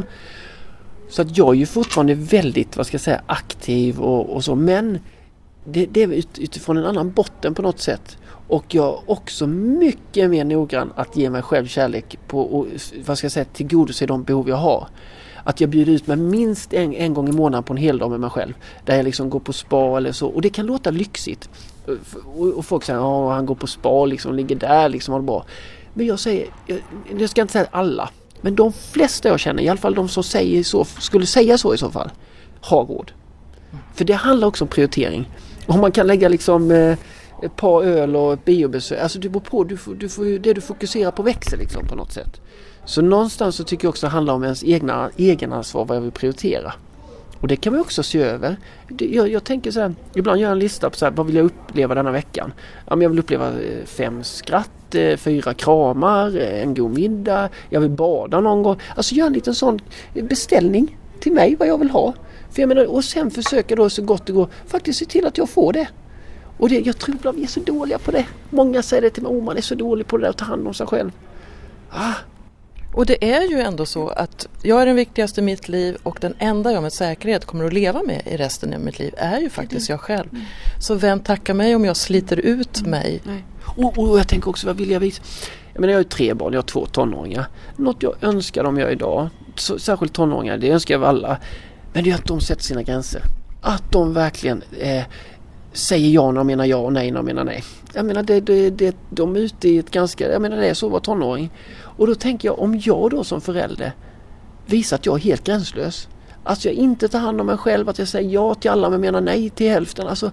B: Så att jag är ju fortfarande väldigt, vad ska jag säga, aktiv och, och så. Men det, det är ut, utifrån en annan botten på något sätt. Och jag är också mycket mer noggrann att ge mig själv kärlek på, och vad ska jag säga, tillgodose de behov jag har. Att jag bjuder ut mig minst en, en gång i månaden på en hel dag med mig själv. Där jag liksom går på spa eller så. Och det kan låta lyxigt. Och, och folk säger, ja, han går på spa liksom, ligger där liksom, har det bra. Men jag säger, jag, jag ska inte säga alla, men de flesta jag känner, i alla fall de som säger så, skulle säga så i så fall, har råd. För det handlar också om prioritering. Om man kan lägga liksom eh, ett par öl och ett biobesök, alltså det beror på, du får, du får, det du fokuserar på växer liksom på något sätt. Så någonstans så tycker jag också det handlar om ens egna, egen ansvar, vad jag vill prioritera. Och det kan man också se över. Jag, jag tänker så här, ibland gör jag en lista på så här, vad vill jag uppleva denna veckan? Ja, men jag vill uppleva fem skratt, fyra kramar, en god middag, jag vill bada någon gång. Alltså gör en liten sån beställning till mig, vad jag vill ha. För jag menar, och sen försöka då så gott det går faktiskt se till att jag får det. Och det, jag tror att vi är så dåliga på det. Många säger det till mig, oh, man är så dålig på det där att ta hand om sig själv. Ah.
A: Och det är ju ändå så att jag är den viktigaste i mitt liv, och den enda jag med säkerhet kommer att leva med i resten av mitt liv är ju faktiskt jag själv. Mm. Så vem tackar mig om jag sliter ut mm. mig?
B: Nej. Och, och jag tänker också, vad vill jag visa? Jag menar, jag har ju tre barn, jag har två tonåringar. Något jag önskar dem jag idag, så, särskilt tonåringar, det önskar jag av alla. Men det är att de sätter sina gränser. Att de verkligen eh, säger ja när de menar ja och nej när de menar nej. Jag menar, det, det, det, de är ute i ett ganska, jag menar det är så att vara tonåring. Och då tänker jag, om jag då som förälder visar att jag är helt gränslös. Att jag inte tar hand om mig själv, att jag säger ja till alla men menar nej till hälften. Alltså,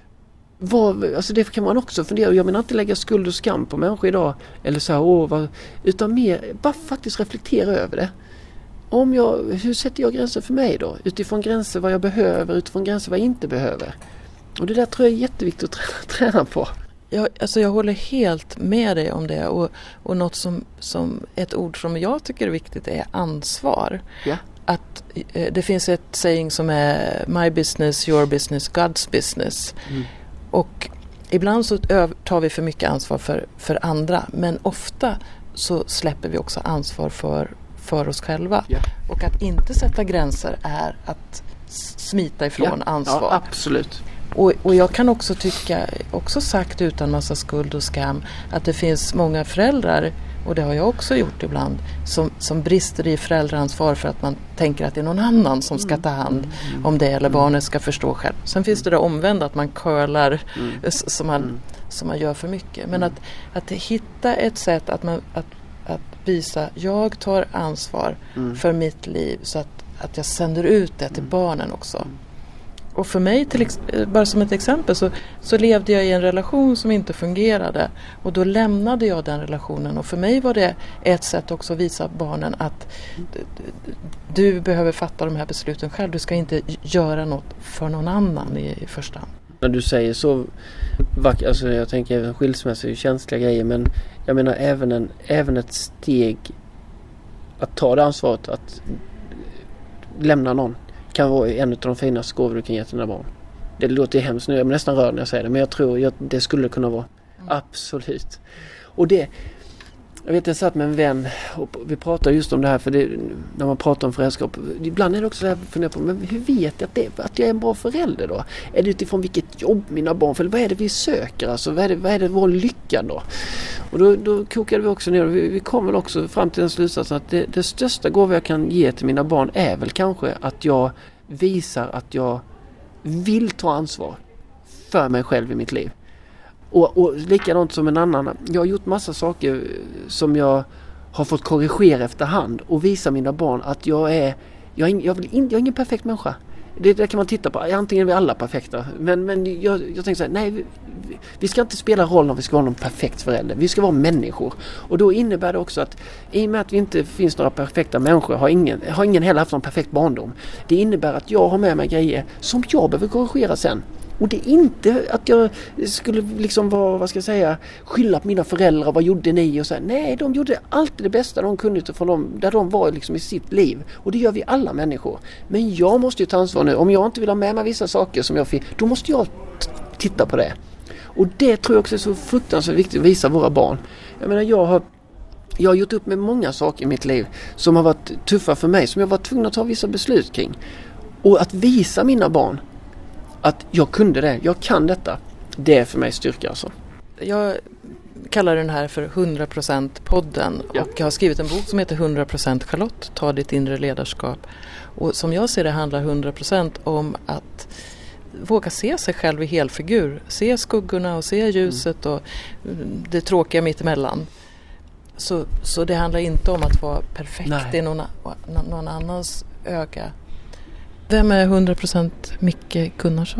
B: vad, alltså det kan man också fundera. Jag menar inte lägga skuld och skam på människor idag. Eller så här, åh, vad, utan mer, bara faktiskt reflektera över det. Om jag, hur sätter jag gränser för mig då? Utifrån gränser vad jag behöver, utifrån gränser vad jag inte behöver. Och det där tror jag är jätteviktigt att träna, träna på.
A: Jag, alltså jag håller helt med dig om det, och, och något som, som ett ord som jag tycker är viktigt är ansvar.
B: Ja.
A: Att eh, det finns ett saying som är my business, your business, God's business. Mm. Och ibland så tar vi för mycket ansvar för, för andra, men ofta så släpper vi också ansvar för, för oss själva. Ja. Och att inte sätta gränser är att smita ifrån ja. ansvar.
B: Ja, absolut.
A: Och, och jag kan också tycka, också sagt utan massa skuld och skam, att det finns många föräldrar, och det har jag också gjort ibland, som, som brister i föräldraansvar för att man tänker att det är någon annan som ska ta hand mm. om det, eller barnet ska förstå själv. Sen finns det det omvända, att man curlar mm. så man, som man gör för mycket. Men att, att hitta ett sätt att, man, att, att visa, jag tar ansvar mm. för mitt liv så att, att jag sänder ut det till mm. barnen också. Mm. Och för mig, till ex- bara som ett exempel, så, så levde jag i en relation som inte fungerade. Och då lämnade jag den relationen. Och för mig var det ett sätt också att visa barnen att du behöver fatta de här besluten själv. Du ska inte göra något för någon annan i, i första hand.
B: När du säger så, alltså jag tänker även skilsmässa är ju känsliga grejer. Men jag menar även, en, även ett steg att ta det ansvaret att lämna någon. Kan vara en av de finaste gåvor du kan ge till dina barn. Det låter hemskt nu, jag är nästan rörd när jag säger det, men jag tror att det skulle kunna vara. Mm. Absolut. Och det, jag vet jag satt med en vän och vi pratade just om det här, för det, när man pratar om föräldraskap, ibland är det också så här att fundera på, men hur vet jag att, det, att jag är en bra förälder då? Är det utifrån vilket jobb mina barn, för vad är det vi söker? Alltså, vad är det, vad är det vår lycka då? Och då, då kokade vi också ner och vi, vi kom väl också fram till den slutsatsen att det, det största gåva jag kan ge till mina barn är väl kanske att jag visar att jag vill ta ansvar för mig själv i mitt liv. Och, och likadant som en annan. Jag har gjort massa saker som jag har fått korrigera efterhand och visa mina barn att jag är jag är, jag vill in, jag är ingen perfekt människa. Det där kan man titta på. Antingen är vi alla perfekta. Men, men jag, jag tänker så här, nej, vi, vi ska inte spela roll om vi ska vara någon perfekt förälder. Vi ska vara människor. Och då innebär det också att i och med att vi inte finns några perfekta människor, har ingen, har ingen heller haft någon perfekt barndom. Det innebär att jag har med mig grejer som jag behöver korrigera sen. Och det är inte att jag skulle liksom vara, vad ska jag säga, skylla på mina föräldrar, vad gjorde ni? Och så här. Nej, de gjorde alltid det bästa de kunde utifrån dem, där de var liksom i sitt liv. Och det gör vi alla människor. Men jag måste ju ta ansvar nu. Om jag inte vill ha med mig vissa saker som jag fick, då måste jag t- titta på det. Och det tror jag också är så fruktansvärt viktigt att visa våra barn. Jag menar, jag har Jag har gjort upp med många saker i mitt liv som har varit tuffa för mig, som jag var tvungen att ta vissa beslut kring. Och att visa mina barn att jag kunde det, jag kan detta, det är för mig styrka alltså.
A: Jag kallar den här för hundra procent podden ja. Och jag har skrivit en bok som heter hundra procent Charlotte, ta ditt inre ledarskap. Och som jag ser det handlar hundra procent om att våga se sig själv i helfigur, se skuggorna och se ljuset mm. och det tråkiga mitt emellan. Så, så det handlar inte om att vara perfekt Nej. i någon, någon annans öga. Vem är hundra procent Micke Gunnarsson?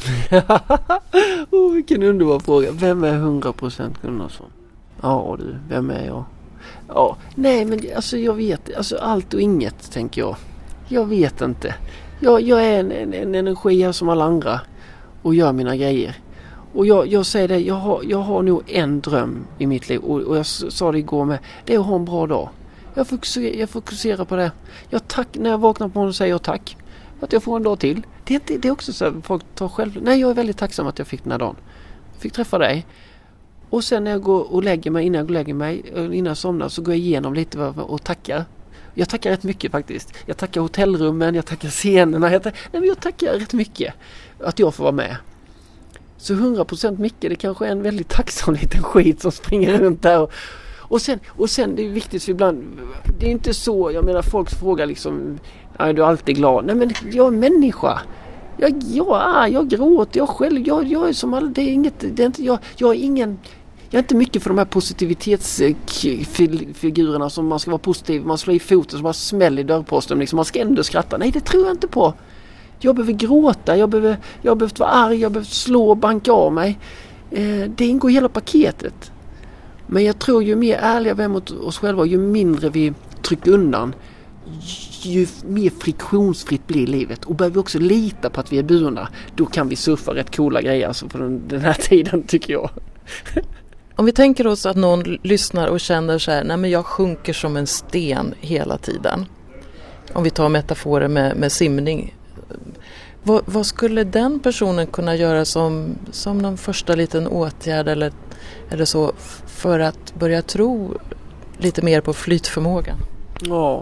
B: oh, vilken underbar fråga. Vem är hundra procent Gunnarsson? Ja du, vem är jag? Ja, nej men alltså jag vet, alltså allt och inget tänker jag. Jag vet inte. Jag, jag är en, en, en energi här som alla andra och gör mina grejer. Och jag, jag säger det, jag har, jag har nog en dröm i mitt liv och, och jag sa det igår med, det är att ha en bra dag. Jag fokuserar, jag fokuserar på det. Jag tack, när jag vaknar på morgonen säger jag tack. Att jag får en dag till. Det är, inte, det är också så att folk tar själv. Nej, jag är väldigt tacksam att jag fick den här dagen. Jag fick träffa dig. Och sen när jag går och lägger mig, innan jag går och lägger mig, innan jag somnar, så går jag igenom lite och tackar. Jag tackar rätt mycket faktiskt. Jag tackar hotellrummen, jag tackar scenerna. Jag tackar, nej, men jag tackar rätt mycket att jag får vara med. Så hundra procent Micke, det kanske är en väldigt tacksam liten skit som springer runt där. Och, och, sen, och sen, det är viktigt för ibland, det är inte så, jag menar folk frågar liksom, är du alltid glad? Nej men jag är människa. Jag, jag, jag gråter, jag själv, jag, jag är som all, det är inget, det är inte, jag, jag är ingen, jag är inte mycket för de här positivitetsfigurerna som man ska vara positiv, man slår i foten så man smäller i dörrposten, liksom, man ska ändå skratta. Nej, det tror jag inte på. Jag behöver gråta, jag behöver, jag behöver vara arg, jag behöver slå och banka av mig. Eh, det ingår i hela paketet. Men jag tror ju mer ärliga vi är mot oss själva, ju mindre vi trycker undan, ju mer friktionsfritt blir livet. Och behöver vi också lita på att vi är burna, då kan vi surfa rätt coola grejer alltså på den, den här tiden tycker jag.
A: Om vi tänker oss att någon lyssnar och känner så här, nej men jag sjunker som en sten hela tiden. Om vi tar metaforer med, med simning. Vad, vad skulle den personen kunna göra som, som någon första liten åtgärd eller, eller så för att börja tro lite mer på flytförmågan?
B: Ja.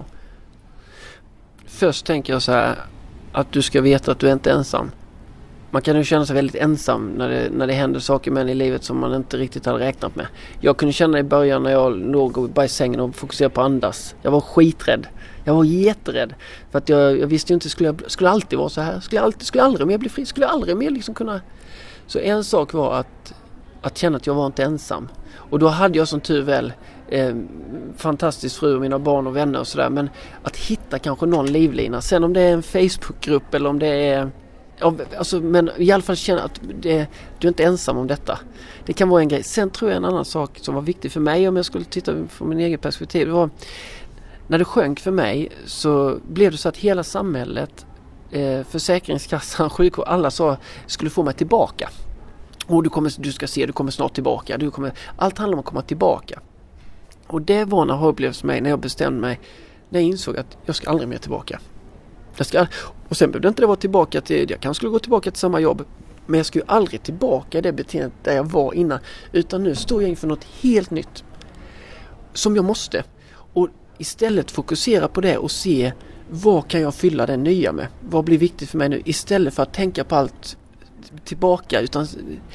B: Först tänker jag så här, att du ska veta att du är inte ensam. Man kan ju känna sig väldigt ensam när det, när det händer saker med en i livet som man inte riktigt hade räknat med. Jag kunde känna i början när jag låg bara i sängen och fokuserade på andas. Jag var skiträdd. Jag var jätterädd. För att jag, jag visste ju inte, skulle jag skulle alltid vara så här? Skulle jag, alltid, skulle jag aldrig mer bli fri? Skulle jag aldrig mer liksom kunna... Så en sak var att att känna att jag var inte ensam. Och då hade jag som tur väl eh, fantastisk fru och mina barn och vänner och sådär. Men att hitta kanske någon livlina. Sen om det är en Facebookgrupp eller om det är... Alltså, men i alla fall känna att det, du är inte ensam om detta. Det kan vara en grej. Sen tror jag en annan sak som var viktig för mig, om jag skulle titta från min egen perspektiv, det var när det sjönk för mig så blev det så att hela samhället, eh, Försäkringskassan, sjukvård, alla sa skulle få mig tillbaka. Och du, kommer, du ska se, du kommer snart tillbaka. Du kommer, allt handlar om att komma tillbaka. Och det var när jag upplevde för mig när jag bestämde mig, när jag insåg att jag ska aldrig mer tillbaka. Jag ska, och sen behövde inte det vara tillbaka till, jag kanske skulle gå tillbaka till samma jobb, men jag skulle aldrig tillbaka i det beteendet där jag var innan, utan nu står jag inför något helt nytt som jag måste, och istället fokusera på det och se vad kan jag fylla det nya med, vad blir viktigt för mig nu, istället för att tänka på allt tillbaka, utan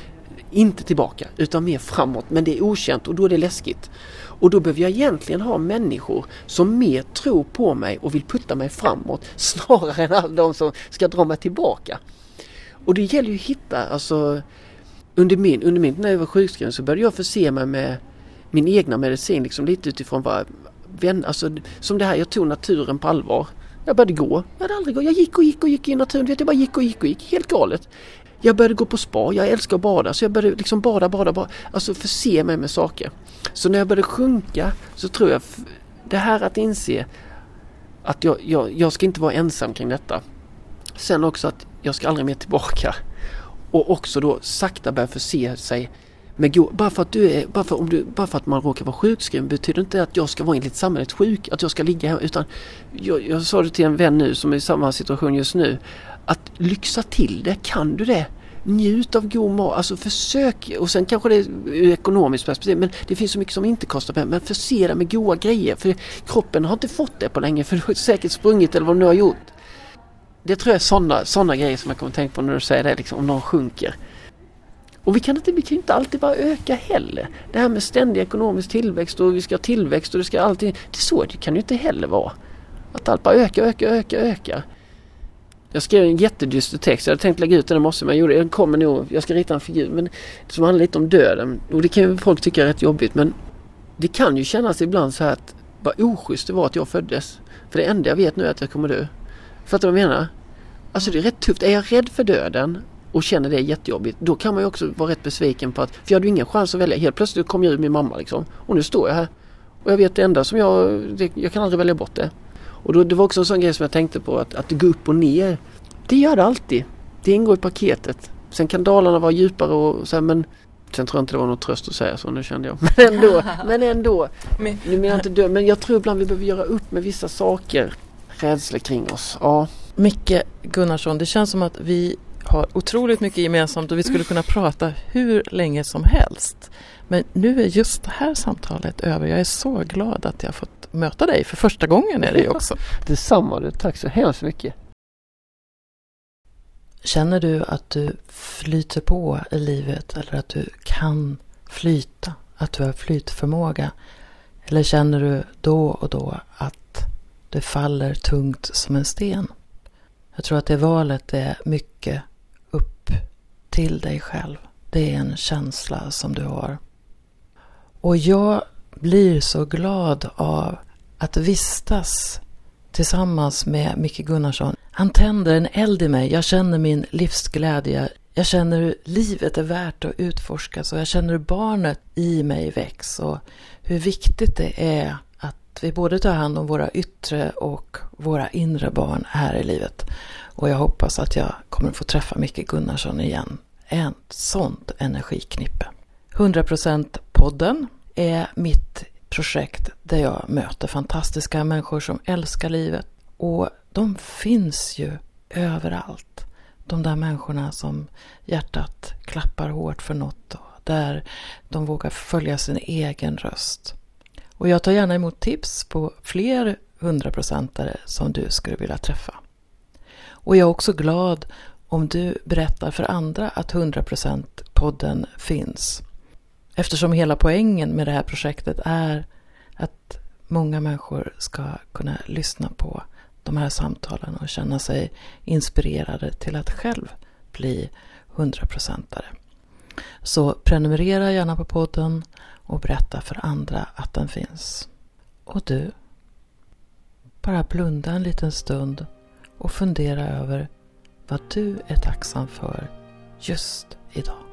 B: inte tillbaka utan mer framåt, men det är okänt och då är det läskigt. Och då behöver jag egentligen ha människor som mer tror på mig och vill putta mig framåt snarare än alla de som ska dra mig tillbaka. Och det gäller ju att hitta, alltså under min, under min när jag var sjukskriven så började jag förse mig med min egna medicin, liksom lite utifrån vad vän, alltså som det här, jag tog naturen på allvar. Jag började gå, jag hade aldrig gå, jag gick och gick och gick i naturen, vet jag bara gick och gick och gick, helt galet. Jag började gå på spa, jag älskar att bada, så jag började liksom bada, bada, bada, alltså förse mig med saker. Så när jag började sjunka så tror jag det här att inse att jag, jag, jag ska inte vara ensam kring detta. Sen också att jag ska aldrig mer tillbaka. Och också då sakta börja förse sig med go- bara för att du är, bara för, om du, bara för att man råkar vara sjukskriven betyder inte att jag ska vara enligt samhället sjuk, att jag ska ligga hemma, utan jag, jag sa det till en vän nu som är i samma situation just nu, att lyxa till det, kan du det? Njut av god mat, alltså försök, och sen kanske det är ur ekonomiskt perspektiv, men det finns så mycket som inte kostar pengar, men förse det med goda grejer, för kroppen har inte fått det på länge, för du har säkert sprungit eller vad du nu har gjort. Det tror jag är sådana såna grejer som jag kommer att tänka på när du säger det, liksom, om någon sjunker. Och vi kan inte, vi kan inte alltid bara öka heller. Det här med ständig ekonomisk tillväxt och vi ska ha tillväxt och det ska alltid, det är så, det kan ju inte heller vara. Att allt bara öka, öka, öka, öka. Jag skrev en jättedyster text. Jag hade tänkt lägga ut den i morse, men jag gjorde, den kommer nog, jag ska rita en figur, men det som handlar lite om döden. Och det kan ju folk tycka är rätt jobbigt, men det kan ju kännas ibland så här att vad oschysst det var att jag föddes. För det enda jag vet nu är att jag kommer dö. Fattar du vad jag menar? Alltså det är rätt tufft. Är jag rädd för döden och känner det är jättejobbigt, då kan man ju också vara rätt besviken på att, för jag hade ju ingen chans att välja. Helt plötsligt kom jag ut min mamma liksom, och nu står jag här. Och jag vet det enda som jag, det, jag kan aldrig välja bort det. Och då, det var också en sån grej som jag tänkte på, att, att det går upp och ner. Det gör det alltid. Det ingår i paketet. Sen kan dalarna vara djupare och så här, men sen tror jag inte det var någon tröst att säga så, nu kände jag. Men ändå, men ändå. Nu menar jag inte dö, men jag tror ibland vi behöver göra upp med vissa saker. Rädsla kring oss, ja.
A: Micke Gunnarsson, det känns som att vi har otroligt mycket gemensamt och vi skulle kunna prata hur länge som helst. Men nu är just det här samtalet över. Jag är så glad att jag har fått möta dig för första gången är det ju också.
B: Detsamma, det. Tack så hemskt mycket.
A: Känner du att du flyter på i livet eller att du kan flyta, att du har flytförmåga? Eller känner du då och då att det faller tungt som en sten? Jag tror att det valet är mycket upp till dig själv. Det är en känsla som du har. Och jag blir så glad av att vistas tillsammans med Micke Gunnarsson. Han tänder en eld i mig. Jag känner min livsglädje. Jag känner hur livet är värt att utforskas. Och jag känner hur barnet i mig väcks. Och hur viktigt det är att vi både tar hand om våra yttre och våra inre barn här i livet. Och jag hoppas att jag kommer att få träffa Micke Gunnarsson igen. En sånt energiknippe. hundra procent podden är mitt projekt där jag möter fantastiska människor som älskar livet. Och de finns ju överallt. De där människorna som hjärtat klappar hårt för något och där de vågar följa sin egen röst. Och jag tar gärna emot tips på fler hundraprocentare som du skulle vilja träffa. Och jag är också glad om du berättar för andra att hundra procent podden finns. Eftersom hela poängen med det här projektet är att många människor ska kunna lyssna på de här samtalen och känna sig inspirerade till att själv bli hundraprocentare. Så prenumerera gärna på podden och berätta för andra att den finns. Och du, bara blunda en liten stund och fundera över vad du är tacksam för just idag.